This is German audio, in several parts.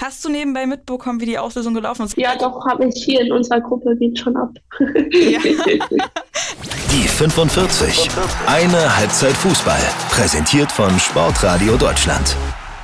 Hast du nebenbei mitbekommen, wie die Auslösung gelaufen ist? Ja, doch, habe ich hier in unserer Gruppe, geht schon ab. Ja. Die 45. Eine Halbzeit Fußball. Präsentiert von Sportradio Deutschland.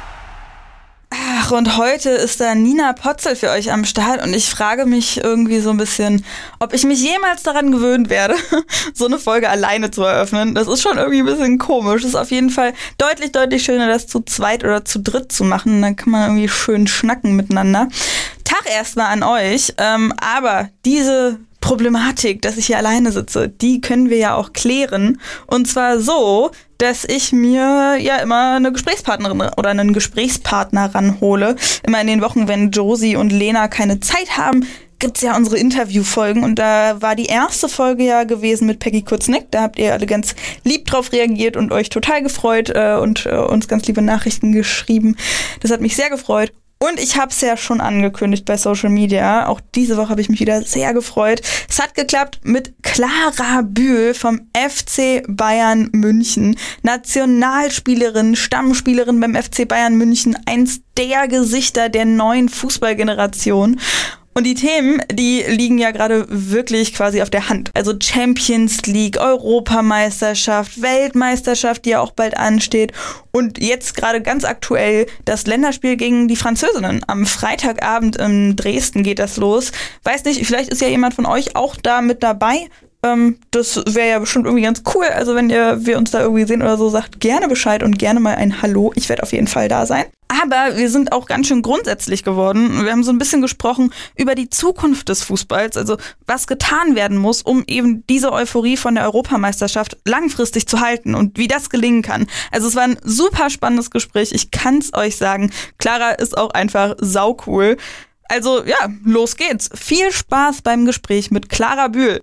Ach, und heute ist da Nina Potzel für euch am Start und ich frage mich irgendwie so ein bisschen, ob ich mich jemals daran gewöhnen werde, so eine Folge alleine zu eröffnen. Das ist schon irgendwie ein bisschen komisch. Es ist auf jeden Fall deutlich schöner, das zu zweit oder zu dritt zu machen. Dann kann man irgendwie schön schnacken miteinander. Tag erstmal an euch, aber diese Problematik, dass ich hier alleine sitze, die können wir ja auch klären. Und zwar so, dass ich mir ja immer eine Gesprächspartnerin oder einen Gesprächspartner ranhole. Immer in den Wochen, wenn Josie und Lena keine Zeit haben, gibt's ja unsere Interviewfolgen. Und da war die erste Folge ja gewesen mit Peggy Kurznick. Da habt ihr alle ganz lieb drauf reagiert und euch total gefreut und uns ganz liebe Nachrichten geschrieben. Das hat mich sehr gefreut. Und ich habe es ja schon angekündigt bei Social Media. Auch diese Woche habe ich mich wieder sehr gefreut. Es hat geklappt mit Clara Bühl vom FC Bayern München. Nationalspielerin, Stammspielerin beim FC Bayern München. Eins der Gesichter der neuen Fußballgeneration. Und die Themen, die liegen ja gerade wirklich quasi auf der Hand. Also Champions League, Europameisterschaft, Weltmeisterschaft, die ja auch bald ansteht. Und jetzt gerade ganz aktuell das Länderspiel gegen die Französinnen. Am Freitagabend in Dresden geht das los. Weiß nicht, vielleicht ist ja jemand von euch auch da mit dabei. Das wäre ja bestimmt irgendwie ganz cool. Also wenn wir uns da irgendwie sehen oder so, sagt gerne Bescheid und gerne mal ein Hallo. Ich werde auf jeden Fall da sein. Aber wir sind auch ganz schön grundsätzlich geworden. Wir haben so ein bisschen gesprochen über die Zukunft des Fußballs, also was getan werden muss, um eben diese Euphorie von der Europameisterschaft langfristig zu halten und wie das gelingen kann. Also es war ein super spannendes Gespräch, ich kann's euch sagen. Clara ist auch einfach saucool. Also ja, los geht's. Viel Spaß beim Gespräch mit Clara Bühl.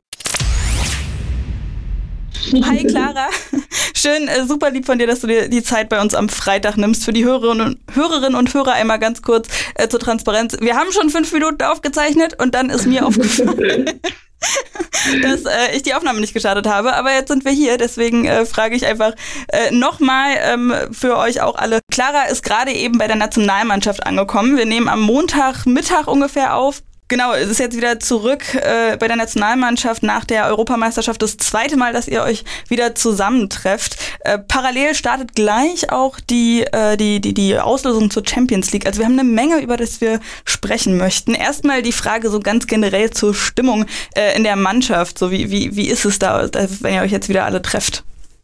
Hi Clara, schön, super lieb von dir, dass du dir die Zeit bei uns am Freitag nimmst. Für die Hörerinnen und Hörer einmal ganz kurz zur Transparenz. Wir haben schon 5 Minuten aufgezeichnet und dann ist mir aufgefallen, dass ich die Aufnahme nicht gestartet habe. Aber jetzt sind wir hier, deswegen frage ich einfach nochmal für euch auch alle. Clara ist gerade eben bei der Nationalmannschaft angekommen. Wir nehmen am Montagmittag ungefähr auf. Genau, es ist jetzt wieder zurück bei der Nationalmannschaft nach der Europameisterschaft. Das zweite Mal, dass ihr euch wieder zusammentrefft. Parallel startet gleich auch die Auslosung zur Champions League. Also wir haben eine Menge, über das wir sprechen möchten. Erstmal die Frage so ganz generell zur Stimmung in der Mannschaft. So wie ist es da, wenn ihr euch jetzt wieder alle trefft?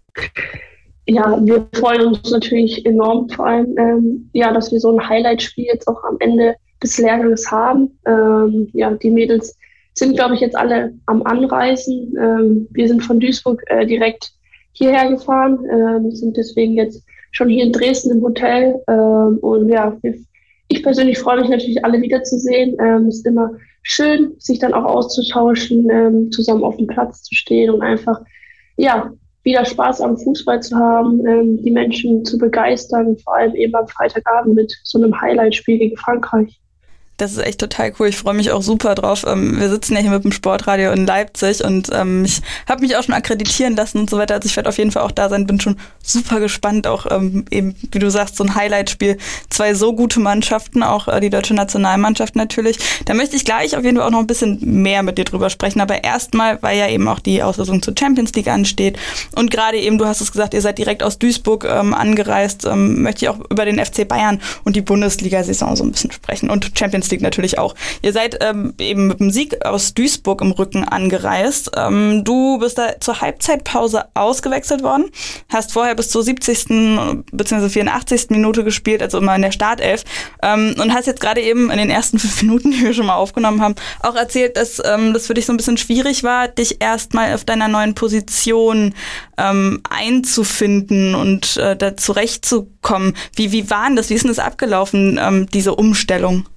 Ja, wir freuen uns natürlich enorm, vor allem, dass wir so ein Highlight-Spiel jetzt auch am Ende des Lehrgangs haben. Die Mädels sind, glaube ich, jetzt alle am Anreisen. Wir sind von Duisburg direkt hierher gefahren, sind deswegen jetzt schon hier in Dresden im Hotel. Ich persönlich freue mich natürlich, alle wiederzusehen. Es ist immer schön, sich dann auch auszutauschen, zusammen auf dem Platz zu stehen und einfach, wieder Spaß am Fußball zu haben, die Menschen zu begeistern, vor allem eben am Freitagabend mit so einem Highlight-Spiel gegen Frankreich. Das ist echt total cool. Ich freue mich auch super drauf. Wir sitzen ja hier mit dem Sportradio in Leipzig und ich habe mich auch schon akkreditieren lassen und so weiter. Also ich werde auf jeden Fall auch da sein. Bin schon super gespannt. Auch eben, wie du sagst, so ein Highlight-Spiel. 2 so gute Mannschaften, auch die deutsche Nationalmannschaft natürlich. Da möchte ich gleich auf jeden Fall auch noch ein bisschen mehr mit dir drüber sprechen. Aber erstmal, weil ja eben auch die Auslosung zur Champions League ansteht. Und gerade eben, du hast es gesagt, ihr seid direkt aus Duisburg angereist. Möchte ich auch über den FC Bayern und die Bundesliga-Saison so ein bisschen sprechen. Und Champions League natürlich auch. Ihr seid eben mit dem Sieg aus Duisburg im Rücken angereist. Du bist da zur Halbzeitpause ausgewechselt worden, hast vorher bis zur 70. bzw. 84. Minute gespielt, also immer in der Startelf, und hast jetzt gerade eben in den ersten 5 Minuten, die wir schon mal aufgenommen haben, auch erzählt, dass das für dich so ein bisschen schwierig war, dich erstmal auf deiner neuen Position einzufinden und da zurechtzukommen. Wie war denn das? Wie ist denn das abgelaufen, diese Umstellung?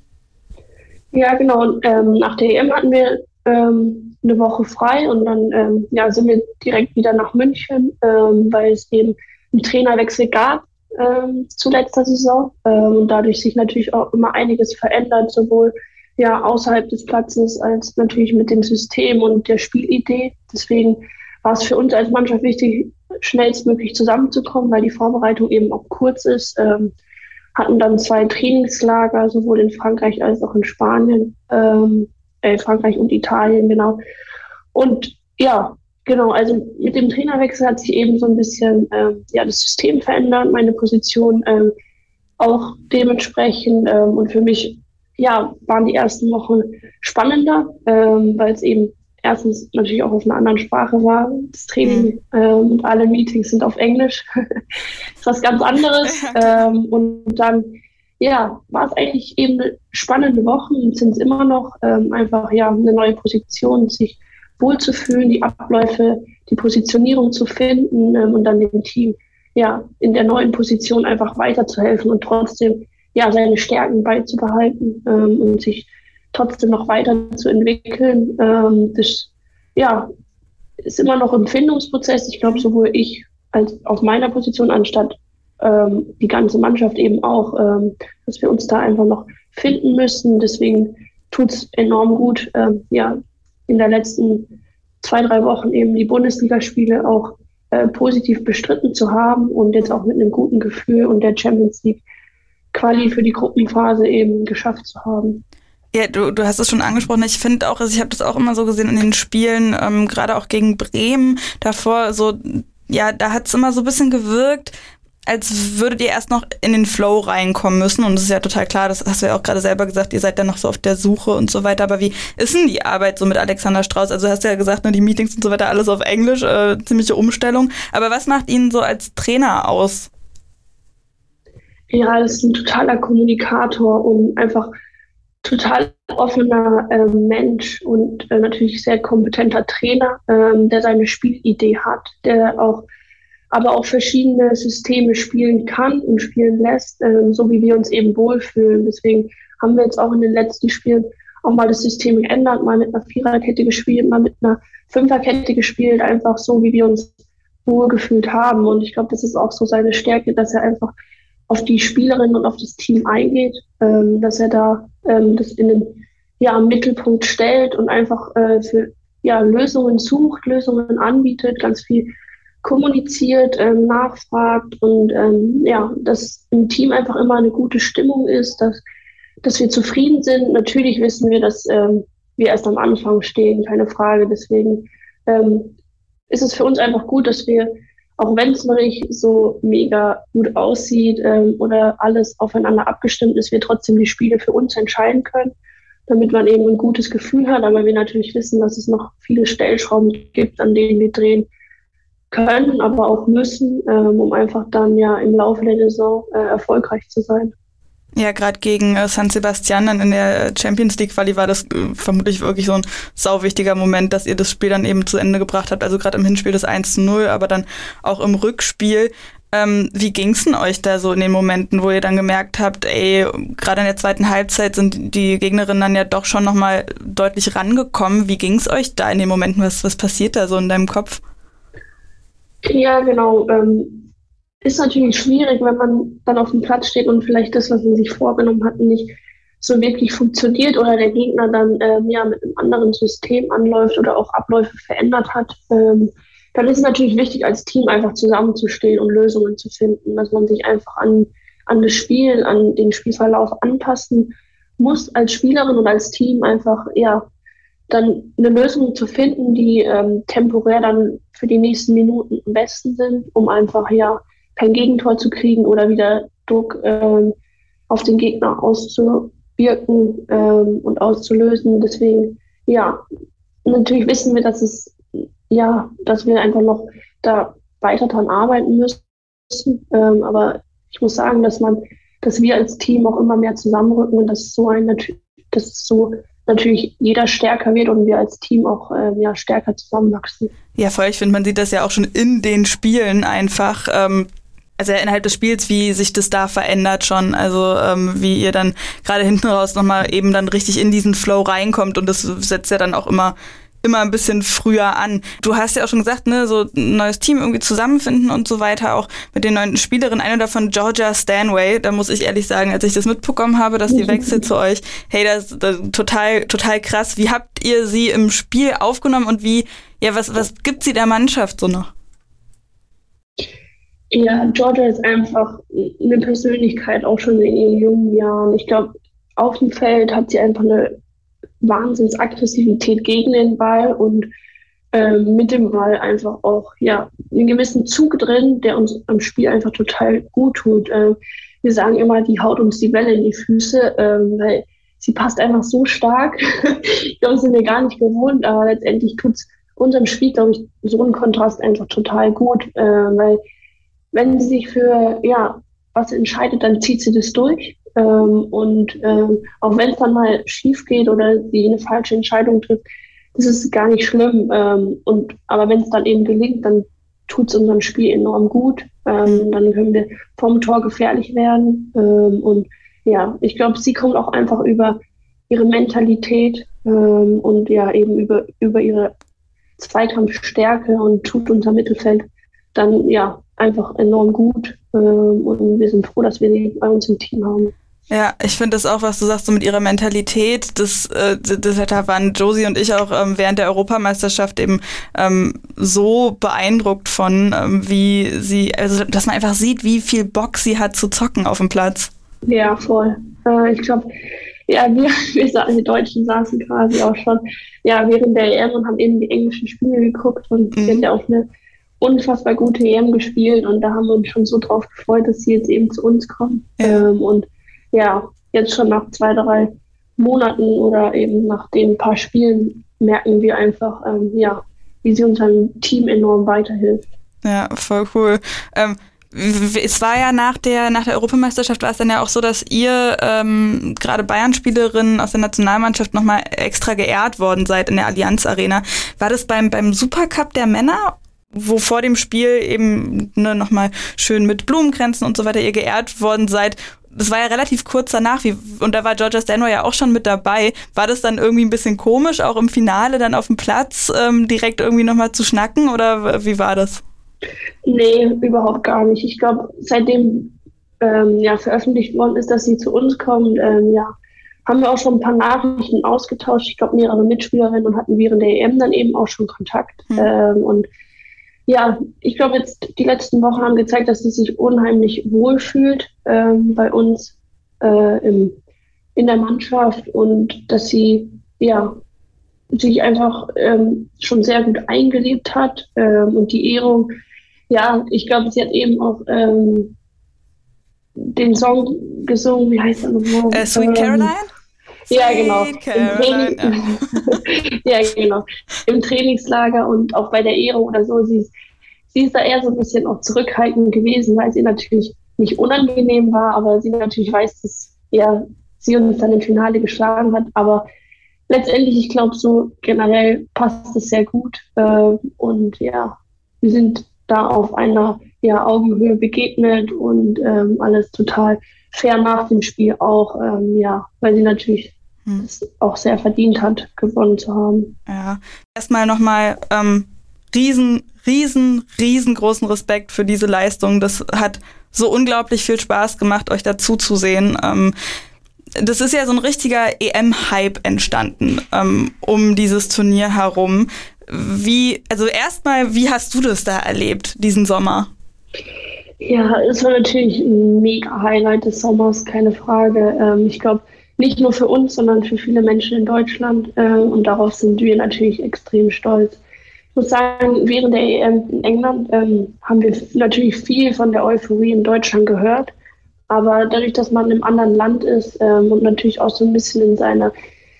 Ja, genau. Nach der EM hatten wir eine Woche frei und dann sind wir direkt wieder nach München, weil es eben einen Trainerwechsel gab zu letzter Saison und dadurch sich natürlich auch immer einiges verändert, sowohl außerhalb des Platzes als natürlich mit dem System und der Spielidee. Deswegen war es für uns als Mannschaft wichtig, schnellstmöglich zusammenzukommen, weil die Vorbereitung eben auch kurz ist. hatten dann 2 Trainingslager, sowohl in Frankreich als auch in Spanien, Frankreich und Italien, genau. Und ja, genau, also mit dem Trainerwechsel hat sich eben so ein bisschen das System verändert, meine Position auch dementsprechend. Und für mich waren die ersten Wochen spannender, weil es eben erstens natürlich auch auf einer anderen Sprache war. Das Training und alle Meetings sind auf Englisch. Das ist was ganz anderes. Und dann war es eigentlich eben eine spannende Woche und sind es immer noch einfach eine neue Position, sich wohlzufühlen, die Abläufe, die Positionierung zu finden und dann dem Team in der neuen Position einfach weiterzuhelfen und trotzdem seine Stärken beizubehalten und sich trotzdem noch weiter zu entwickeln. Das ist immer noch ein Findungsprozess. Ich glaube, sowohl ich als auf meiner Position anstatt die ganze Mannschaft eben auch, dass wir uns da einfach noch finden müssen. Deswegen tut es enorm gut, in der letzten 2-3 Wochen eben die Bundesligaspiele auch positiv bestritten zu haben und jetzt auch mit einem guten Gefühl und der Champions League Quali für die Gruppenphase eben geschafft zu haben. Ja, du hast es schon angesprochen. Ich finde auch, also ich habe das auch immer so gesehen in den Spielen, gerade auch gegen Bremen davor, so, da hat es immer so ein bisschen gewirkt, als würdet ihr erst noch in den Flow reinkommen müssen. Und das ist ja total klar, das hast du ja auch gerade selber gesagt, ihr seid dann noch so auf der Suche und so weiter. Aber wie ist denn die Arbeit so mit Alexander Strauß? Also du hast ja gesagt, ne, die Meetings und so weiter, alles auf Englisch, ziemliche Umstellung. Aber was macht ihn so als Trainer aus? Ja, das ist ein totaler Kommunikator und einfach total offener Mensch und natürlich sehr kompetenter Trainer, der seine Spielidee hat, der aber auch verschiedene Systeme spielen kann und spielen lässt, so wie wir uns eben wohlfühlen. Deswegen haben wir jetzt auch in den letzten Spielen auch mal das System geändert, mal mit einer Viererkette gespielt, mal mit einer Fünferkette gespielt, einfach so, wie wir uns wohlgefühlt haben. Und ich glaube, das ist auch so seine Stärke, dass er einfach auf die Spielerin und auf das Team eingeht, dass er da das am Mittelpunkt stellt und einfach für Lösungen sucht, Lösungen anbietet, ganz viel kommuniziert, nachfragt und dass im Team einfach immer eine gute Stimmung ist, dass wir zufrieden sind. Natürlich wissen wir, dass wir erst am Anfang stehen, keine Frage. Deswegen ist es für uns einfach gut, dass wir, auch wenn es noch nicht so mega gut aussieht oder alles aufeinander abgestimmt ist, wir trotzdem die Spiele für uns entscheiden können, damit man eben ein gutes Gefühl hat. Aber wir natürlich wissen, dass es noch viele Stellschrauben gibt, an denen wir drehen können, aber auch müssen, um einfach dann im Laufe der Saison erfolgreich zu sein. Ja, gerade gegen San Sebastian dann in der Champions League Quali war das vermutlich wirklich so ein sauwichtiger Moment, dass ihr das Spiel dann eben zu Ende gebracht habt. Also gerade im Hinspiel das 1:0, aber dann auch im Rückspiel. Wie ging's denn euch da so in den Momenten, wo ihr dann gemerkt habt, gerade in der zweiten Halbzeit sind die Gegnerinnen dann ja doch schon nochmal deutlich rangekommen. Wie ging's euch da in den Momenten? Was passiert da so in deinem Kopf? Ja, genau. Ist natürlich schwierig, wenn man dann auf dem Platz steht und vielleicht das, was man sich vorgenommen hat, nicht so wirklich funktioniert oder der Gegner dann mit einem anderen System anläuft oder auch Abläufe verändert hat. Dann ist es natürlich wichtig, als Team einfach zusammenzustehen und Lösungen zu finden, dass man sich einfach an das Spiel, an den Spielverlauf anpassen muss als Spielerin und als Team einfach, dann eine Lösung zu finden, die temporär dann für die nächsten Minuten am besten sind, um einfach kein Gegentor zu kriegen oder wieder Druck auf den Gegner auszuwirken und auszulösen. Deswegen, natürlich wissen wir, dass wir einfach noch da weiter dran arbeiten müssen. Aber ich muss sagen, dass wir als Team auch immer mehr zusammenrücken und dass so natürlich jeder stärker wird und wir als Team auch stärker zusammenwachsen. Ja, voll. Ich finde, man sieht das ja auch schon in den Spielen einfach. Also innerhalb des Spiels, wie sich das da verändert schon, also wie ihr dann gerade hinten raus nochmal eben dann richtig in diesen Flow reinkommt und das setzt ja dann auch immer ein bisschen früher an. Du hast ja auch schon gesagt, ne, so ein neues Team irgendwie zusammenfinden und so weiter, auch mit den neuen Spielerinnen, eine davon Georgia Stanway, da muss ich ehrlich sagen, als ich das mitbekommen habe, dass die wechselt zu euch, hey, das total krass. Wie habt ihr sie im Spiel aufgenommen und was gibt sie der Mannschaft so noch? Ja, Georgia ist einfach eine Persönlichkeit, auch schon in ihren jungen Jahren. Ich glaube, auf dem Feld hat sie einfach eine Wahnsinnsaggressivität gegen den Ball und mit dem Ball einfach auch ja einen gewissen Zug drin, der uns am Spiel einfach total gut tut. Wir sagen immer, die haut uns die Bälle in die Füße, weil sie passt einfach so stark. Ich glaube, das sind wir gar nicht gewohnt, aber letztendlich tut es unserem Spiel, glaube ich, so einen Kontrast einfach total gut, weil wenn sie sich für ja was entscheidet, dann zieht sie das durch. Auch wenn es dann mal schief geht oder sie eine falsche Entscheidung trifft, das ist gar nicht schlimm. Aber wenn es dann eben gelingt, dann tut es unserem Spiel enorm gut. Dann können wir vom Tor gefährlich werden. Und ja, ich glaube, sie kommt auch einfach über ihre Mentalität und ja eben über ihre Zweikampfstärke und tut unser Mittelfeld dann ja einfach enorm gut. Und wir sind froh, dass wir sie bei uns im Team haben. Ja, ich finde das auch, was du sagst, so mit ihrer Mentalität, das da waren Josie und ich auch während der Europameisterschaft eben so beeindruckt von, wie sie, also dass man einfach sieht, wie viel Bock sie hat zu zocken auf dem Platz. Ja, voll. Ich glaube, ja, die Deutschen saßen quasi auch schon während der EM und haben eben die englischen Spiele geguckt und sie hat ja auch eine unfassbar gute EM gespielt und da haben wir uns schon so drauf gefreut, dass sie jetzt eben zu uns kommen. Ja. Und ja, jetzt schon nach 2-3 Monaten oder eben nach den paar Spielen merken wir einfach, wie sie unserem Team enorm weiterhilft. Ja, voll cool. Es war ja nach der Europameisterschaft war es dann ja auch so, dass ihr gerade Bayern-Spielerinnen aus der Nationalmannschaft nochmal extra geehrt worden seid in der Allianz Arena. War das beim Supercup der Männer, wo vor dem Spiel eben nochmal schön mit Blumenkränzen und so weiter ihr geehrt worden seid? Das war ja relativ kurz danach, und da war Georgia Stanway ja auch schon mit dabei. War das dann irgendwie ein bisschen komisch, auch im Finale dann auf dem Platz direkt irgendwie nochmal zu schnacken, oder wie war das? Nee, überhaupt gar nicht. Ich glaube, seitdem veröffentlicht worden ist, dass sie zu uns kommt, haben wir auch schon ein paar Nachrichten ausgetauscht. Ich glaube, mehrere Mitspielerinnen und hatten während der EM dann eben auch schon Kontakt. Und ja, ich glaube, jetzt die letzten Wochen haben gezeigt, dass sie sich unheimlich wohlfühlt bei uns in der Mannschaft und dass sie sich einfach schon sehr gut eingelebt hat und die Ehrung. Ja, ich glaube, sie hat eben auch den Song gesungen, wie heißt er nochmal? Sweet Caroline? Ja, genau. Caroline, ja, genau. Im Trainingslager und auch bei der Ehrung oder so. Sie ist da eher so ein bisschen auch zurückhaltend gewesen, weil sie natürlich nicht unangenehm war, aber sie natürlich weiß, dass sie uns dann im Finale geschlagen hat. Aber letztendlich, ich glaube, so generell passt es sehr gut. Und ja, wir sind da auf einer Augenhöhe begegnet und alles total fair nach dem Spiel auch, weil sie natürlich es auch sehr verdient hat, gewonnen zu haben. Ja, erstmal nochmal riesengroßen Respekt für diese Leistung. Das hat so unglaublich viel Spaß gemacht, euch dazu zu sehen. Das ist ja so ein richtiger EM-Hype entstanden um dieses Turnier herum. Wie hast du das da erlebt, diesen Sommer? Ja, es war natürlich ein mega Highlight des Sommers, keine Frage. Ich glaube, nicht nur für uns, sondern für viele Menschen in Deutschland. Und darauf sind wir natürlich extrem stolz. Ich muss sagen, während der EM in England haben wir natürlich viel von der Euphorie in Deutschland gehört. Aber dadurch, dass man im anderen Land ist und natürlich auch so ein bisschen in seiner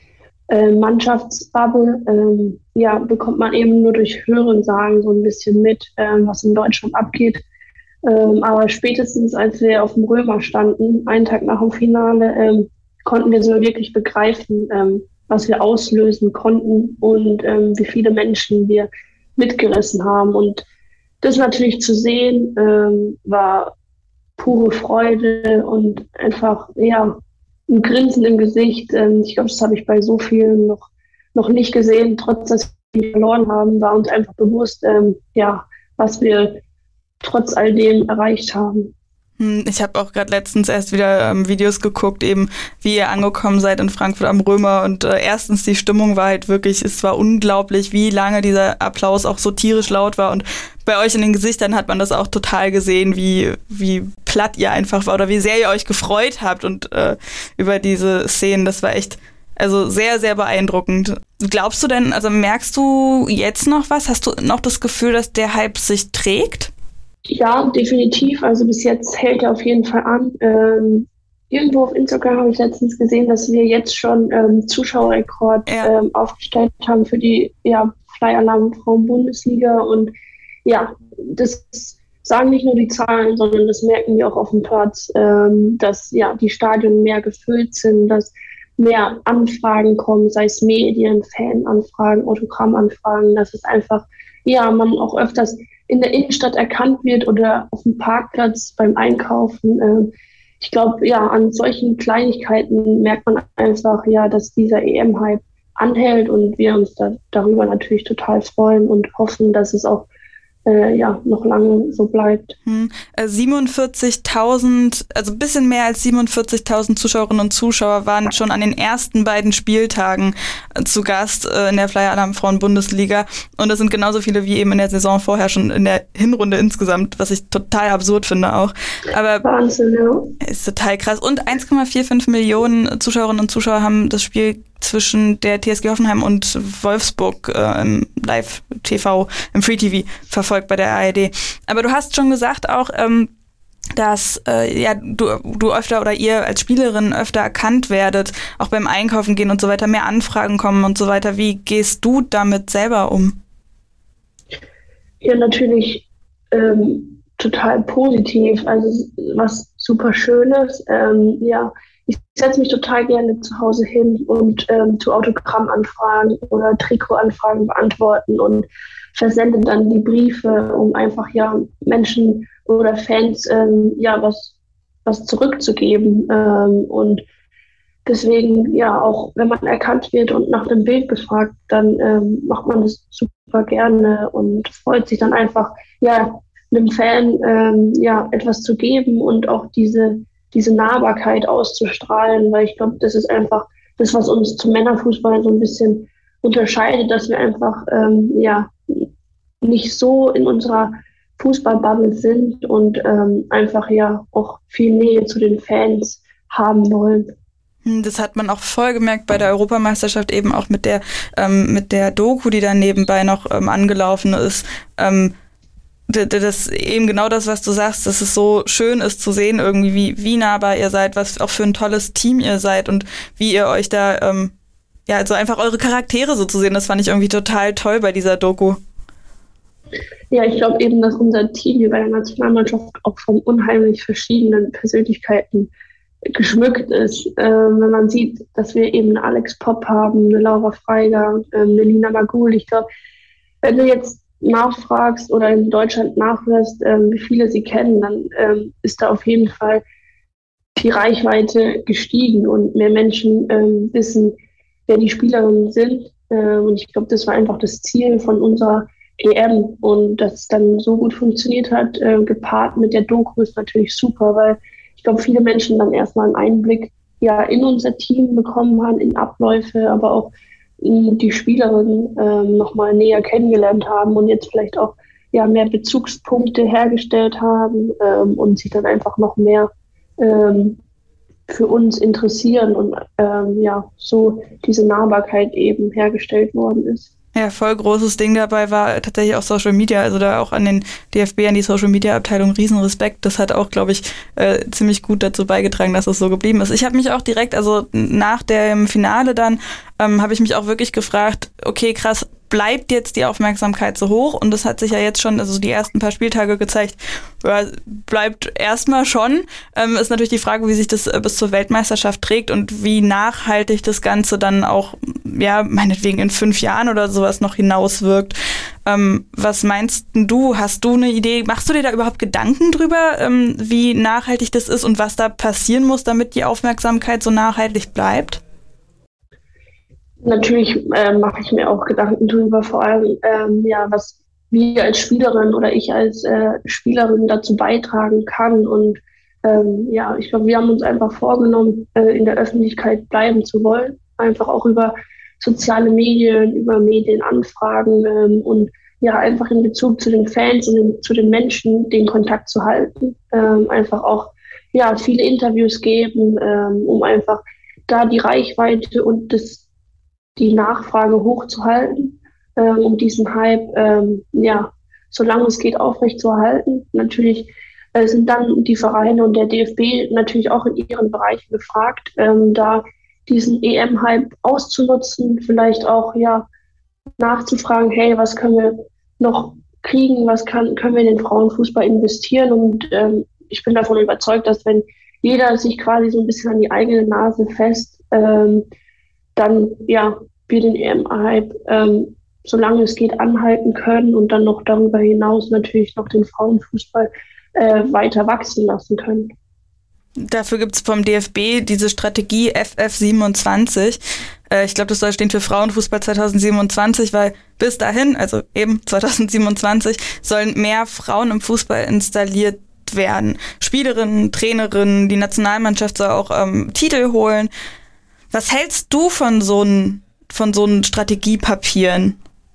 Mannschaftsbubble, bekommt man eben nur durch Hören sagen so ein bisschen mit, was in Deutschland abgeht. Aber spätestens, als wir auf dem Römer standen, einen Tag nach dem Finale, konnten wir so wirklich begreifen, was wir auslösen konnten und wie viele Menschen wir mitgerissen haben. Und das natürlich zu sehen, war pure Freude und einfach, ein Grinsen im Gesicht. Ich glaube, das habe ich bei so vielen noch nicht gesehen. Trotz, dass wir verloren haben, war uns einfach bewusst, was wir trotz all dem erreicht haben. Ich habe auch gerade letztens erst wieder Videos geguckt, eben wie ihr angekommen seid in Frankfurt am Römer und erstens die Stimmung war halt wirklich, es war unglaublich, wie lange dieser Applaus auch so tierisch laut war und bei euch in den Gesichtern hat man das auch total gesehen, wie platt ihr einfach war oder wie sehr ihr euch gefreut habt und über diese Szenen, das war echt also sehr, sehr beeindruckend. Glaubst du denn, also merkst du jetzt noch was? Hast du noch das Gefühl, dass der Hype sich trägt? Ja, definitiv. Also bis jetzt hält er auf jeden Fall an. Irgendwo auf Instagram habe ich letztens gesehen, dass wir jetzt schon Zuschauerrekord aufgestellt haben für die Flyer-Alarm Frauen-Bundesliga. Und ja, das sagen nicht nur die Zahlen, sondern das merken wir auch auf dem Platz, dass ja die Stadien mehr gefüllt sind, dass mehr Anfragen kommen, sei es Medien, Fananfragen, Autogrammanfragen, dass es einfach, man auch öfters in der Innenstadt erkannt wird oder auf dem Parkplatz beim Einkaufen. Ich glaube, an solchen Kleinigkeiten merkt man einfach, dass dieser EM-Hype anhält und wir uns darüber natürlich total freuen und hoffen, dass es auch noch lange so bleibt. 47.000, also ein bisschen mehr als 47.000 Zuschauerinnen und Zuschauer waren schon an den ersten beiden Spieltagen zu Gast in der Flyer-Alarm Frauen-Bundesliga und das sind genauso viele wie eben in der Saison vorher schon in der Hinrunde insgesamt, was ich total absurd finde auch. Aber Wahnsinn, ja. Ist total krass. Und 1,45 Millionen Zuschauerinnen und Zuschauer haben das Spiel zwischen der TSG Hoffenheim und Wolfsburg im Live-TV, im Free-TV verfolgt bei der ARD. Aber du hast schon gesagt auch, dass du öfter oder ihr als Spielerin öfter erkannt werdet, auch beim Einkaufen gehen und so weiter, mehr Anfragen kommen und so weiter. Wie gehst du damit selber um? Ja, natürlich total positiv, also was super Schönes. Ich setze mich total gerne zu Hause hin und zu Autogrammanfragen oder Trikotanfragen beantworten und versende dann die Briefe, um einfach Menschen oder Fans was zurückzugeben. Und deswegen, auch wenn man erkannt wird und nach dem Bild gefragt, dann macht man das super gerne und freut sich dann einfach, einem Fan etwas zu geben und auch diese Nahbarkeit auszustrahlen, weil ich glaube, das ist einfach das, was uns zum Männerfußball so ein bisschen unterscheidet, dass wir einfach nicht so in unserer Fußballbubble sind und einfach auch viel Nähe zu den Fans haben wollen. Das hat man auch voll gemerkt bei der Europameisterschaft, eben auch mit der Doku, die da nebenbei noch angelaufen ist. Das eben genau das, was du sagst, dass es so schön ist zu sehen, irgendwie wie nahbar ihr seid, was auch für ein tolles Team ihr seid und wie ihr euch da, also einfach eure Charaktere so zu sehen, das fand ich irgendwie total toll bei dieser Doku. Ja, ich glaube eben, dass unser Team hier bei der Nationalmannschaft auch von unheimlich verschiedenen Persönlichkeiten geschmückt ist. Wenn man sieht, dass wir eben eine Alex Popp haben, eine Laura Freiger, eine Lina Magul. Ich glaube, wenn du jetzt nachfragst oder in Deutschland nachhörst, wie viele sie kennen, dann ist da auf jeden Fall die Reichweite gestiegen und mehr Menschen wissen, wer die Spielerinnen sind. Und ich glaube, das war einfach das Ziel von unserer EM und dass es dann so gut funktioniert hat, gepaart mit der Doku ist natürlich super, weil ich glaube, viele Menschen dann erstmal einen Einblick in unser Team bekommen haben, in Abläufe, aber auch die Spielerinnen nochmal näher kennengelernt haben und jetzt vielleicht auch mehr Bezugspunkte hergestellt haben und sich dann einfach noch mehr für uns interessieren und so diese Nahbarkeit eben hergestellt worden ist. Ja, voll großes Ding dabei war tatsächlich auch Social Media, also da auch an den DFB, an die Social Media Abteilung riesen Respekt. Das hat auch, glaube ich, ziemlich gut dazu beigetragen, dass es so geblieben ist. Ich habe mich auch direkt, also nach dem Finale dann, habe ich mich auch wirklich gefragt, okay, krass, bleibt jetzt die Aufmerksamkeit so hoch? Und das hat sich ja jetzt schon, also die ersten paar Spieltage gezeigt, bleibt erstmal schon. Ist natürlich die Frage, wie sich das bis zur Weltmeisterschaft trägt und wie nachhaltig das Ganze dann auch, meinetwegen in 5 Jahren oder sowas noch hinauswirkt. Was meinst du? Hast du eine Idee? Machst du dir da überhaupt Gedanken drüber, wie nachhaltig das ist und was da passieren muss, damit die Aufmerksamkeit so nachhaltig bleibt? Natürlich mache ich mir auch Gedanken drüber, vor allem, was wir als Spielerin oder ich als Spielerin dazu beitragen kann und ja, ich glaube, wir haben uns einfach vorgenommen, in der Öffentlichkeit bleiben zu wollen. Einfach auch über soziale Medien, über Medienanfragen und ja, einfach in Bezug zu den Fans und zu den Menschen den Kontakt zu halten. Einfach auch ja, viele Interviews geben, um einfach da die Reichweite und die Nachfrage hochzuhalten, um diesen Hype ja, solange es geht, aufrechtzuerhalten. Natürlich sind dann die Vereine und der DFB natürlich auch in ihren Bereichen gefragt, da diesen EM-Hype auszunutzen, vielleicht auch ja nachzufragen, hey, was können wir noch kriegen, können wir in den Frauenfußball investieren? Und ich bin davon überzeugt, dass wenn jeder sich quasi so ein bisschen an die eigene Nase fasst, dann ja wir den EM-Hype solange es geht anhalten können und dann noch darüber hinaus natürlich noch den Frauenfußball weiter wachsen lassen können. Dafür gibt es vom DFB diese Strategie FF27. Ich glaube, das soll stehen für Frauenfußball 2027, weil bis dahin, also eben 2027, sollen mehr Frauen im Fußball installiert werden. Spielerinnen, Trainerinnen, die Nationalmannschaft soll auch Titel holen. Was hältst du von so Strategiepapieren?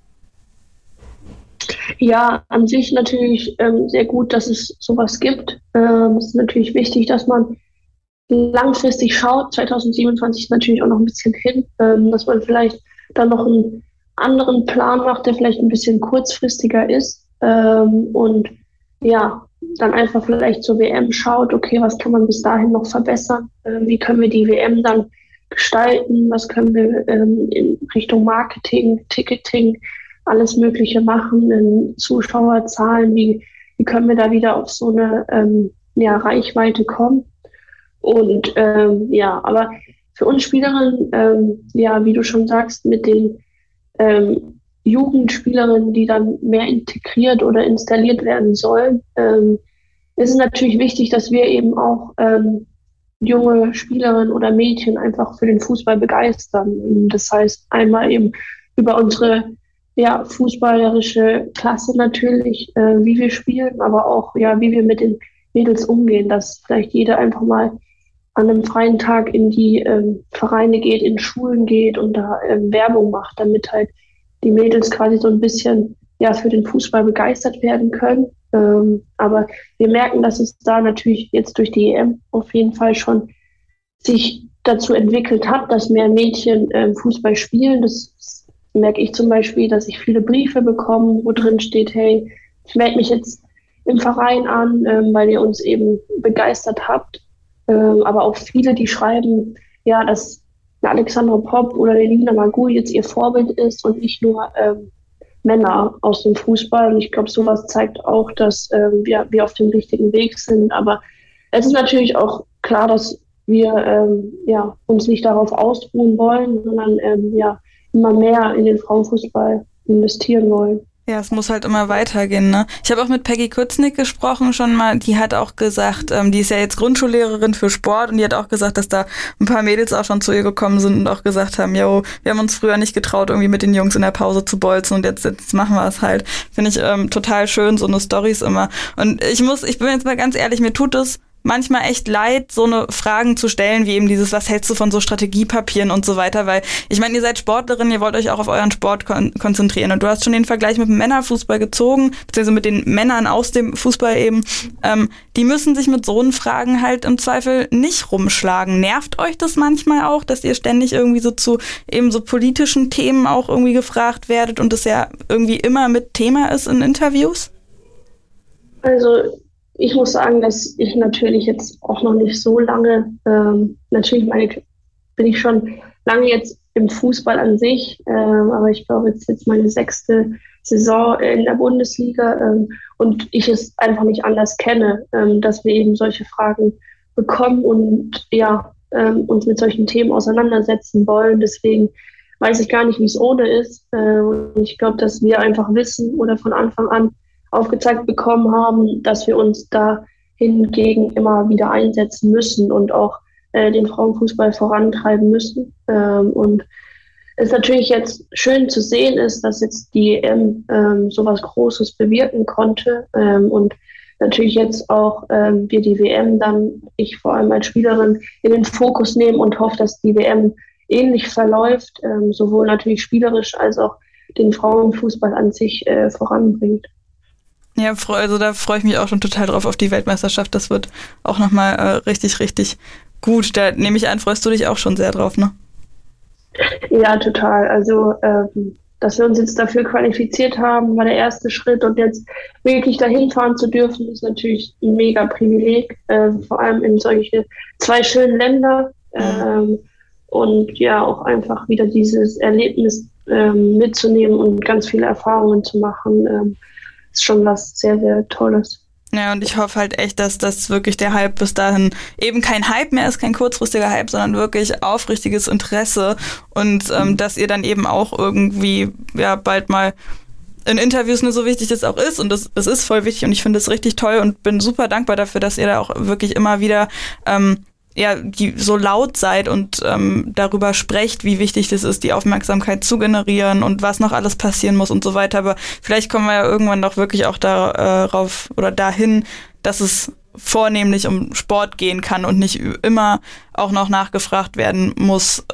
Ja, an sich natürlich sehr gut, dass es sowas gibt. Es ist natürlich wichtig, dass man langfristig schaut. 2027 ist natürlich auch noch ein bisschen hin, dass man vielleicht dann noch einen anderen Plan macht, der vielleicht ein bisschen kurzfristiger ist. Und ja, dann einfach vielleicht zur WM schaut, okay, was kann man bis dahin noch verbessern? Wie können wir die WM dann gestalten? Was können wir in Richtung Marketing, Ticketing, alles Mögliche machen, in Zuschauerzahlen, wie können wir da wieder auf so eine Reichweite kommen. Und ja, aber für uns Spielerinnen, ja, wie du schon sagst, mit den Jugendspielerinnen, die dann mehr integriert oder installiert werden sollen, ist es natürlich wichtig, dass wir eben auch junge Spielerinnen oder Mädchen einfach für den Fußball begeistern. Das heißt, einmal eben über unsere fußballerische Klasse natürlich, wie wir spielen, aber auch, ja, wie wir mit den Mädels umgehen, dass vielleicht jeder einfach mal an einem freien Tag in die Vereine geht, in Schulen geht und da Werbung macht, damit halt die Mädels quasi so ein bisschen für den Fußball begeistert werden können. Aber wir merken, dass es da natürlich jetzt durch die EM auf jeden Fall schon sich dazu entwickelt hat, dass mehr Mädchen Fußball spielen. Das merke ich zum Beispiel, dass ich viele Briefe bekomme, wo drin steht, hey, ich melde mich jetzt im Verein an, weil ihr uns eben begeistert habt. Aber auch viele, die schreiben, ja, dass eine Alexandra Popp oder eine Nina Magul jetzt ihr Vorbild ist und nicht nur Männer aus dem Fußball. Und ich glaube, sowas zeigt auch, dass wir auf dem richtigen Weg sind. Aber es ist natürlich auch klar, dass wir uns nicht darauf ausruhen wollen, sondern immer mehr in den Frauenfußball investieren wollen. Ja, es muss halt immer weitergehen, ne? Ich habe auch mit Peggy Kutznick gesprochen schon mal, die hat auch gesagt, die ist ja jetzt Grundschullehrerin für Sport und die hat auch gesagt, dass da ein paar Mädels auch schon zu ihr gekommen sind und auch gesagt haben, jo, wir haben uns früher nicht getraut, irgendwie mit den Jungs in der Pause zu bolzen und jetzt machen wir es halt. Finde ich total schön, so eine Storys immer. Und ich bin jetzt mal ganz ehrlich, mir tut es manchmal echt leid, so eine Fragen zu stellen, wie eben dieses, was hältst du von so Strategiepapieren und so weiter, weil ich meine, ihr seid Sportlerin, ihr wollt euch auch auf euren Sport konzentrieren und du hast schon den Vergleich mit dem Männerfußball gezogen, beziehungsweise mit den Männern aus dem Fußball eben, die müssen sich mit so einen Fragen halt im Zweifel nicht rumschlagen. Nervt euch das manchmal auch, dass ihr ständig irgendwie so zu eben so politischen Themen auch irgendwie gefragt werdet und es ja irgendwie immer mit Thema ist in Interviews? Also ich muss sagen, dass ich natürlich jetzt auch noch nicht so lange, natürlich bin ich schon lange jetzt im Fußball an sich, aber ich glaube, es ist jetzt meine 6. Saison in der Bundesliga und ich es einfach nicht anders kenne, dass wir eben solche Fragen bekommen und uns mit solchen Themen auseinandersetzen wollen. Deswegen weiß ich gar nicht, wie es ohne ist. Und ich glaube, dass wir einfach wissen oder von Anfang an aufgezeigt bekommen haben, dass wir uns da hingegen immer wieder einsetzen müssen und auch den Frauenfußball vorantreiben müssen. Und es natürlich jetzt schön zu sehen ist, dass jetzt die EM sowas Großes bewirken konnte und natürlich jetzt auch wir die WM dann, ich vor allem als Spielerin, in den Fokus nehmen und hoffe, dass die WM ähnlich verläuft, sowohl natürlich spielerisch als auch den Frauenfußball an sich voranbringt. Ja, also da freue ich mich auch schon total drauf auf die Weltmeisterschaft. Das wird auch nochmal richtig, richtig gut. Da nehme ich an, freust du dich auch schon sehr drauf, ne? Ja, total. Also, dass wir uns jetzt dafür qualifiziert haben, war der erste Schritt. Und jetzt wirklich dahin fahren zu dürfen, ist natürlich ein mega Privileg. Vor allem in solche 2 schönen Länder. Und ja, auch einfach wieder dieses Erlebnis mitzunehmen und ganz viele Erfahrungen zu machen, ist schon was sehr, sehr Tolles. Ja, und ich hoffe halt echt, dass das wirklich der Hype bis dahin eben kein Hype mehr ist, kein kurzfristiger Hype, sondern wirklich aufrichtiges Interesse und dass ihr dann eben auch irgendwie ja bald mal in Interviews, nur so wichtig das auch ist, und das ist voll wichtig und ich finde es richtig toll und bin super dankbar dafür, dass ihr da auch wirklich immer wieder die so laut seid und darüber sprecht, wie wichtig das ist, die Aufmerksamkeit zu generieren und was noch alles passieren muss und so weiter. Aber vielleicht kommen wir ja irgendwann doch wirklich auch darauf oder dahin, dass es vornehmlich um Sport gehen kann und nicht immer auch noch nachgefragt werden muss,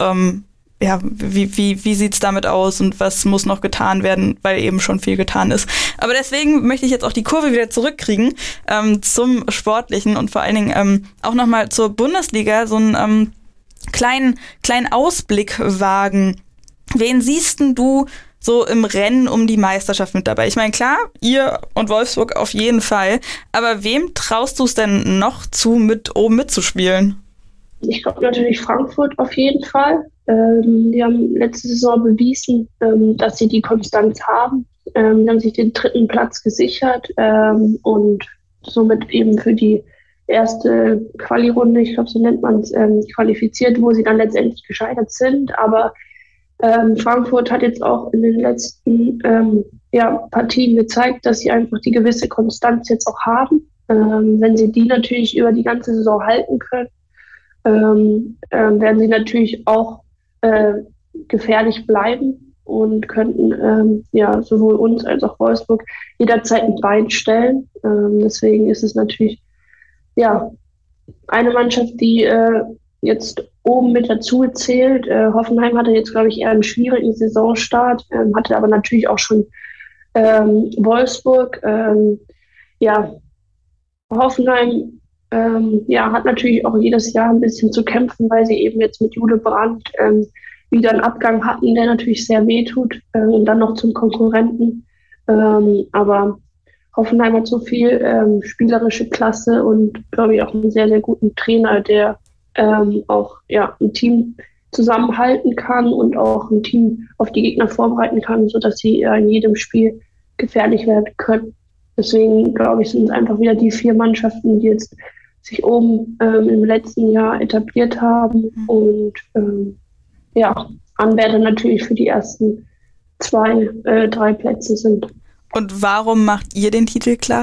wie sieht's damit aus und was muss noch getan werden, weil eben schon viel getan ist. Aber deswegen möchte ich jetzt auch die Kurve wieder zurückkriegen zum Sportlichen und vor allen Dingen auch nochmal zur Bundesliga so einen kleinen Ausblick wagen. Wen siehst denn du so im Rennen um die Meisterschaft mit dabei? Ich meine, klar, ihr und Wolfsburg auf jeden Fall, aber wem traust du es denn noch zu, mit oben mitzuspielen? Ich glaube natürlich Frankfurt auf jeden Fall. Die haben letzte Saison bewiesen, dass sie die Konstanz haben. Die haben sich den 3. Platz gesichert und somit eben für die erste Quali-Runde, ich glaube so nennt man es, qualifiziert, wo sie dann letztendlich gescheitert sind. Aber Frankfurt hat jetzt auch in den letzten Partien gezeigt, dass sie einfach die gewisse Konstanz jetzt auch haben. Wenn sie die natürlich über die ganze Saison halten können, werden sie natürlich auch gefährlich bleiben und könnten sowohl uns als auch Wolfsburg jederzeit ein Bein stellen. Deswegen ist es natürlich eine Mannschaft, die jetzt oben mit dazu zählt. Hoffenheim hatte jetzt, glaube ich, eher einen schwierigen Saisonstart, hatte aber natürlich auch schon Wolfsburg. Hoffenheim hat natürlich auch jedes Jahr ein bisschen zu kämpfen, weil sie eben jetzt mit Jude Brandt wieder einen Abgang hatten, der natürlich sehr wehtut und dann noch zum Konkurrenten. Aber Hoffenheim hat so viel spielerische Klasse und, glaube ich, auch einen sehr, sehr guten Trainer, der auch ein Team zusammenhalten kann und auch ein Team auf die Gegner vorbereiten kann, sodass sie in jedem Spiel gefährlich werden können. Deswegen, glaube ich, sind es einfach wieder die 4 Mannschaften, die jetzt sich oben im letzten Jahr etabliert haben und Anwärter natürlich für die ersten 2, 3 Plätze sind. Und warum macht ihr den Titel klar?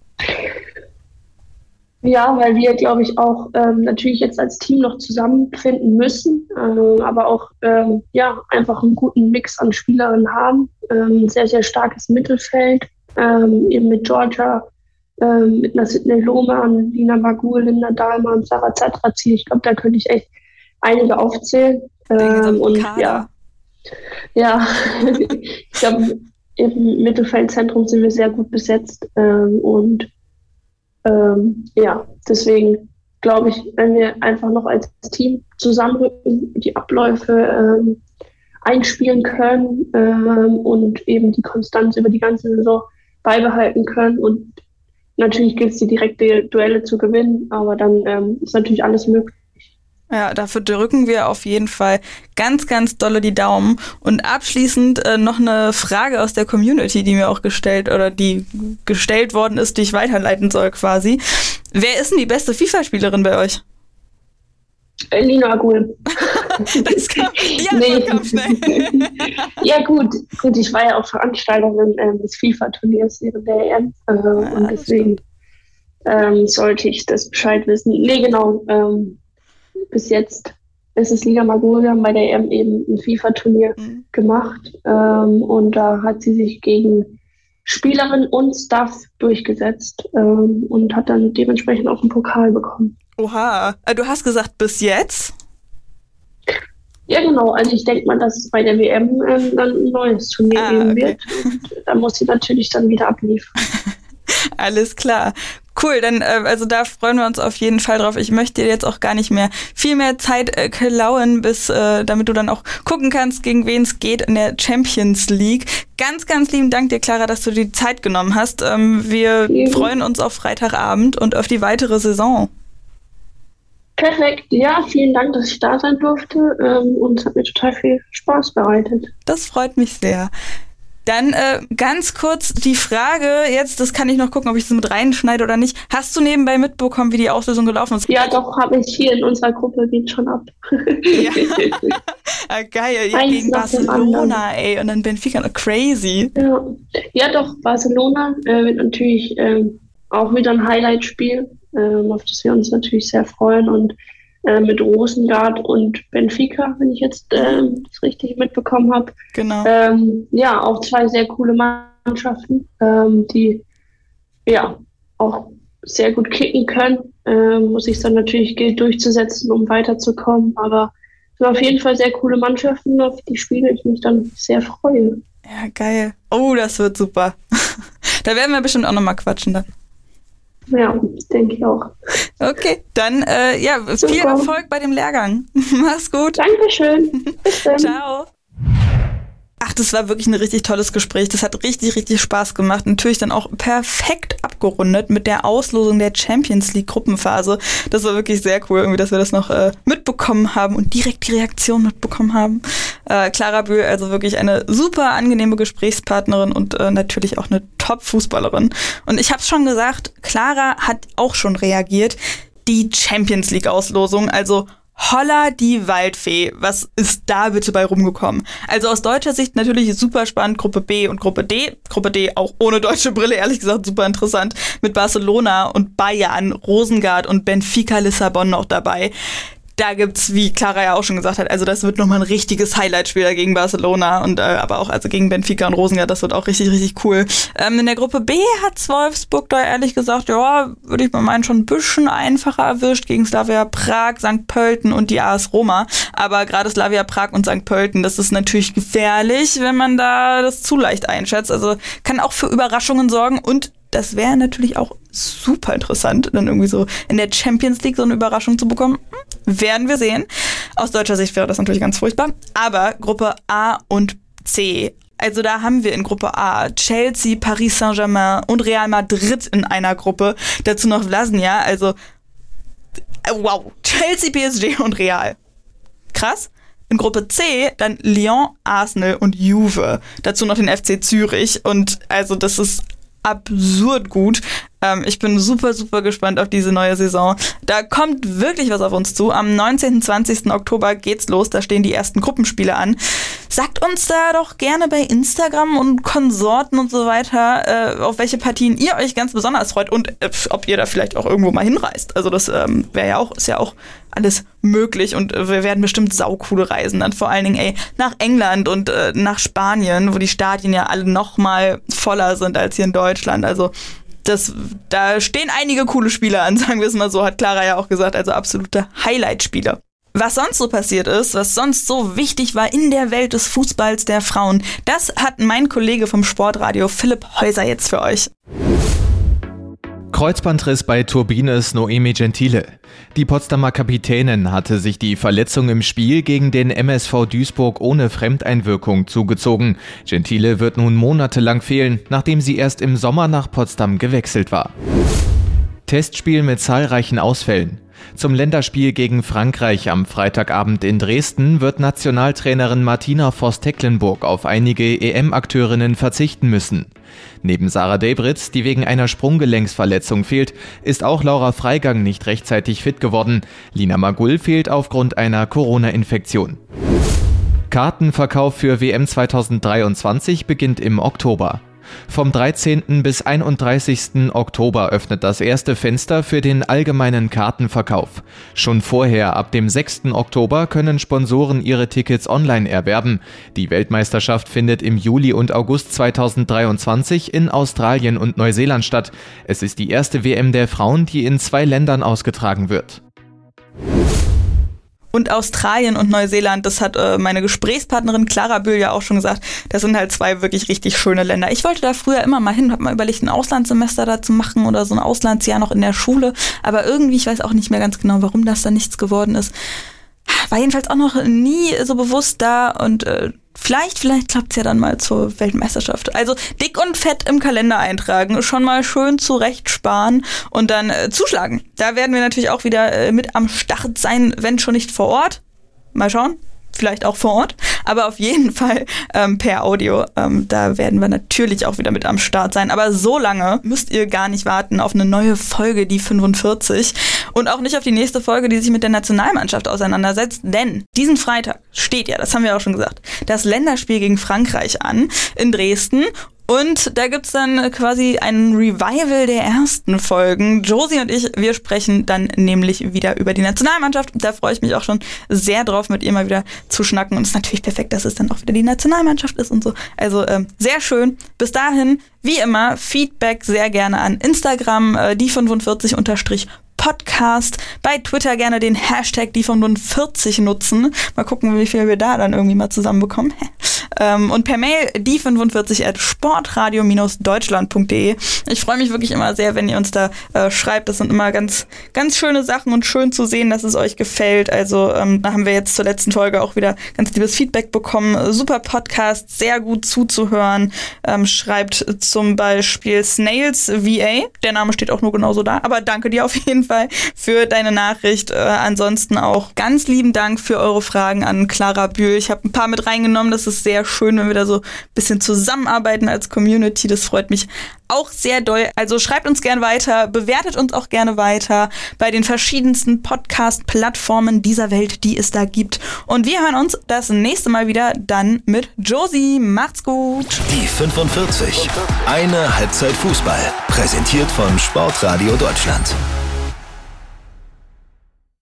Ja, weil wir, glaube ich, auch natürlich jetzt als Team noch zusammenfinden müssen, aber auch einfach einen guten Mix an Spielerinnen haben. Ein sehr, sehr starkes Mittelfeld, eben mit Georgia, mit einer Sidney Lohmann, Lina Magul, Linda Dahlmann, Sarah Zatrazi. Ich glaube, da könnte ich echt einige aufzählen. Ich glaube, im Mittelfeldzentrum sind wir sehr gut besetzt deswegen glaube ich, wenn wir einfach noch als Team zusammenrücken, die Abläufe einspielen können und eben die Konstanz über die ganze Saison beibehalten können und natürlich gilt es, die direkte Duelle zu gewinnen, aber dann ist natürlich alles möglich. Ja, dafür drücken wir auf jeden Fall ganz, ganz dolle die Daumen. Und abschließend noch eine Frage aus der Community, die mir auch gestellt worden ist, die ich weiterleiten soll quasi. Wer ist denn die beste FIFA-Spielerin bei euch? Lina Magul. Das kam schnell. Ja gut, ich war ja auch Veranstalterin des FIFA-Turniers während der EM und deswegen sollte ich das Bescheid wissen. Nee, genau. Bis jetzt ist es Lina Magul. Wir haben bei der EM eben ein FIFA-Turnier gemacht und da hat sie sich gegen Spielerin und Staff durchgesetzt und hat dann dementsprechend auch einen Pokal bekommen. Oha, du hast gesagt bis jetzt? Ja, genau. Also ich denke mal, dass es bei der WM dann ein neues Turnier geben wird. Und da muss sie natürlich dann wieder abliefern. Alles klar. Cool, dann also da freuen wir uns auf jeden Fall drauf. Ich möchte dir jetzt auch gar nicht mehr viel mehr Zeit klauen, damit du dann auch gucken kannst, gegen wen es geht in der Champions League. Ganz, ganz lieben Dank dir, Clara, dass du dir die Zeit genommen hast. Wir freuen uns auf Freitagabend und auf die weitere Saison. Perfekt. Ja, vielen Dank, dass ich da sein durfte und es hat mir total viel Spaß bereitet. Das freut mich sehr. Dann ganz kurz die Frage, jetzt, das kann ich noch gucken, ob ich das mit reinschneide oder nicht. Hast du nebenbei mitbekommen, wie die Auslösung gelaufen ist? Ja, doch, habe ich hier in unserer Gruppe, geht schon ab. Ja. Geil, ja, gegen Barcelona, ey, und dann Benfica, crazy. Ja, doch, Barcelona wird natürlich auch wieder ein Highlight-Spiel, auf das wir uns natürlich sehr freuen und mit Rosengard und Benfica, wenn ich jetzt das richtig mitbekommen habe. Genau. Ja, auch zwei sehr coole Mannschaften, die ja auch sehr gut kicken können, wo es sich dann natürlich gilt, durchzusetzen, um weiterzukommen. Aber es sind auf jeden Fall sehr coole Mannschaften, auf die Spiele ich mich dann sehr freue. Ja, geil. Oh, das wird super. Da werden wir bestimmt auch nochmal quatschen dann. Ja, denke ich auch. Okay, dann viel Erfolg bei dem Lehrgang. Mach's gut. Dankeschön. Bis dann. Ciao. Ach, das war wirklich ein richtig tolles Gespräch. Das hat richtig, richtig Spaß gemacht. Natürlich dann auch perfekt abgerundet mit der Auslosung der Champions League Gruppenphase. Das war wirklich sehr cool, irgendwie, dass wir das noch mitbekommen haben und direkt die Reaktion mitbekommen haben. Clara Bühl, also wirklich eine super angenehme Gesprächspartnerin und natürlich auch eine Top-Fußballerin. Und ich habe es schon gesagt, Clara hat auch schon reagiert. Die Champions League Auslosung, also Holla die Waldfee, was ist da bitte bei rumgekommen? Also aus deutscher Sicht natürlich super spannend, Gruppe B und Gruppe D. Gruppe D auch ohne deutsche Brille, ehrlich gesagt super interessant. Mit Barcelona und Bayern, Rosengard und Benfica Lissabon noch dabei. Da gibt's, wie Clara ja auch schon gesagt hat, also das wird nochmal ein richtiges Highlight-Spiel gegen Barcelona und aber auch also gegen Benfica und Rosengard, das wird auch richtig, richtig cool. In der Gruppe B hat's Wolfsburg da ehrlich gesagt, ja, würde ich mal meinen, schon ein bisschen einfacher erwischt gegen Slavia Prag, St. Pölten und die AS Roma. Aber gerade Slavia Prag und St. Pölten, das ist natürlich gefährlich, wenn man da das zu leicht einschätzt. Also kann auch für Überraschungen sorgen und das wäre natürlich auch super interessant, dann irgendwie so in der Champions League so eine Überraschung zu bekommen. Werden wir sehen. Aus deutscher Sicht wäre das natürlich ganz furchtbar. Aber Gruppe A und C. Also da haben wir in Gruppe A Chelsea, Paris Saint-Germain und Real Madrid in einer Gruppe. Dazu noch Vlasnia. Also wow. Chelsea, PSG und Real. Krass. In Gruppe C dann Lyon, Arsenal und Juve. Dazu noch den FC Zürich. Und also das ist absurd gut. Ich bin super, super gespannt auf diese neue Saison. Da kommt wirklich was auf uns zu. Am 19. und 20. Oktober geht's los. Da stehen die ersten Gruppenspiele an. Sagt uns da doch gerne bei Instagram und Konsorten und so weiter, auf welche Partien ihr euch ganz besonders freut und ob ihr da vielleicht auch irgendwo mal hinreist. Also das ist ja auch alles möglich und wir werden bestimmt saucoole Reisen dann vor allen Dingen nach England und nach Spanien, wo die Stadien ja alle noch mal voller sind als hier in Deutschland. Also da stehen einige coole Spiele an, sagen wir es mal so, hat Clara ja auch gesagt, also absolute Highlight-Spiele. Was sonst so passiert ist, was sonst so wichtig war in der Welt des Fußballs der Frauen, das hat mein Kollege vom Sportradio Philipp Häuser jetzt für euch. Kreuzbandriss bei Turbines Noemi Gentile. Die Potsdamer Kapitänin hatte sich die Verletzung im Spiel gegen den MSV Duisburg ohne Fremdeinwirkung zugezogen. Gentile wird nun monatelang fehlen, nachdem sie erst im Sommer nach Potsdam gewechselt war. Testspiel mit zahlreichen Ausfällen. Zum Länderspiel gegen Frankreich am Freitagabend in Dresden wird Nationaltrainerin Martina Voss-Tecklenburg auf einige EM-Akteurinnen verzichten müssen. Neben Sarah Debritz, die wegen einer Sprunggelenksverletzung fehlt, ist auch Laura Freigang nicht rechtzeitig fit geworden. Lina Magull fehlt aufgrund einer Corona-Infektion. Kartenverkauf für WM 2023 beginnt im Oktober. Vom 13. bis 31. Oktober öffnet das erste Fenster für den allgemeinen Kartenverkauf. Schon vorher, ab dem 6. Oktober, können Sponsoren ihre Tickets online erwerben. Die Weltmeisterschaft findet im Juli und August 2023 in Australien und Neuseeland statt. Es ist die erste WM der Frauen, die in 2 Ländern ausgetragen wird. Und Australien und Neuseeland, das hat meine Gesprächspartnerin Clara Bühl ja auch schon gesagt, das sind halt 2 wirklich richtig schöne Länder. Ich wollte da früher immer mal hin, habe mal überlegt, ein Auslandssemester da zu machen oder so ein Auslandsjahr noch in der Schule, aber irgendwie, ich weiß auch nicht mehr ganz genau, warum das da nichts geworden ist. War jedenfalls auch noch nie so bewusst da und vielleicht klappt es ja dann mal zur Weltmeisterschaft. Also dick und fett im Kalender eintragen, schon mal schön zurecht sparen und dann zuschlagen. Da werden wir natürlich auch wieder mit am Start sein, wenn schon nicht vor Ort. Mal schauen. Vielleicht auch vor Ort, aber auf jeden Fall per Audio. Da werden wir natürlich auch wieder mit am Start sein. Aber so lange müsst ihr gar nicht warten auf eine neue Folge, die 45. Und auch nicht auf die nächste Folge, die sich mit der Nationalmannschaft auseinandersetzt. Denn diesen Freitag steht ja, das haben wir auch schon gesagt, das Länderspiel gegen Frankreich an in Dresden. Und da gibt's dann quasi ein Revival der ersten Folgen. Josie und ich, wir sprechen dann nämlich wieder über die Nationalmannschaft. Da freue ich mich auch schon sehr drauf, mit ihr mal wieder zu schnacken. Und es ist natürlich perfekt, dass es dann auch wieder die Nationalmannschaft ist und so. Also sehr schön. Bis dahin, wie immer, Feedback sehr gerne an Instagram, die45_Podcast. Bei Twitter gerne den Hashtag die45 nutzen. Mal gucken, wie viel wir da dann irgendwie mal zusammenbekommen. Und per Mail die45@sportradio-deutschland.de. Ich freue mich wirklich immer sehr, wenn ihr uns da schreibt. Das sind immer ganz, ganz schöne Sachen und schön zu sehen, dass es euch gefällt. Also da haben wir jetzt zur letzten Folge auch wieder ganz liebes Feedback bekommen. Super Podcast, sehr gut zuzuhören. Schreibt zum Beispiel Snails VA. Der Name steht auch nur genauso da. Aber danke dir auf jeden Fall für deine Nachricht. Ansonsten auch ganz lieben Dank für eure Fragen an Clara Bühl. Ich habe ein paar mit reingenommen. Das ist sehr schön, wenn wir da so ein bisschen zusammenarbeiten als Community. Das freut mich auch sehr doll. Also schreibt uns gern weiter, bewertet uns auch gerne weiter bei den verschiedensten Podcast-Plattformen dieser Welt, die es da gibt. Und wir hören uns das nächste Mal wieder dann mit Josie. Macht's gut. Die 45. Eine Halbzeit Fußball. Präsentiert von Sportradio Deutschland.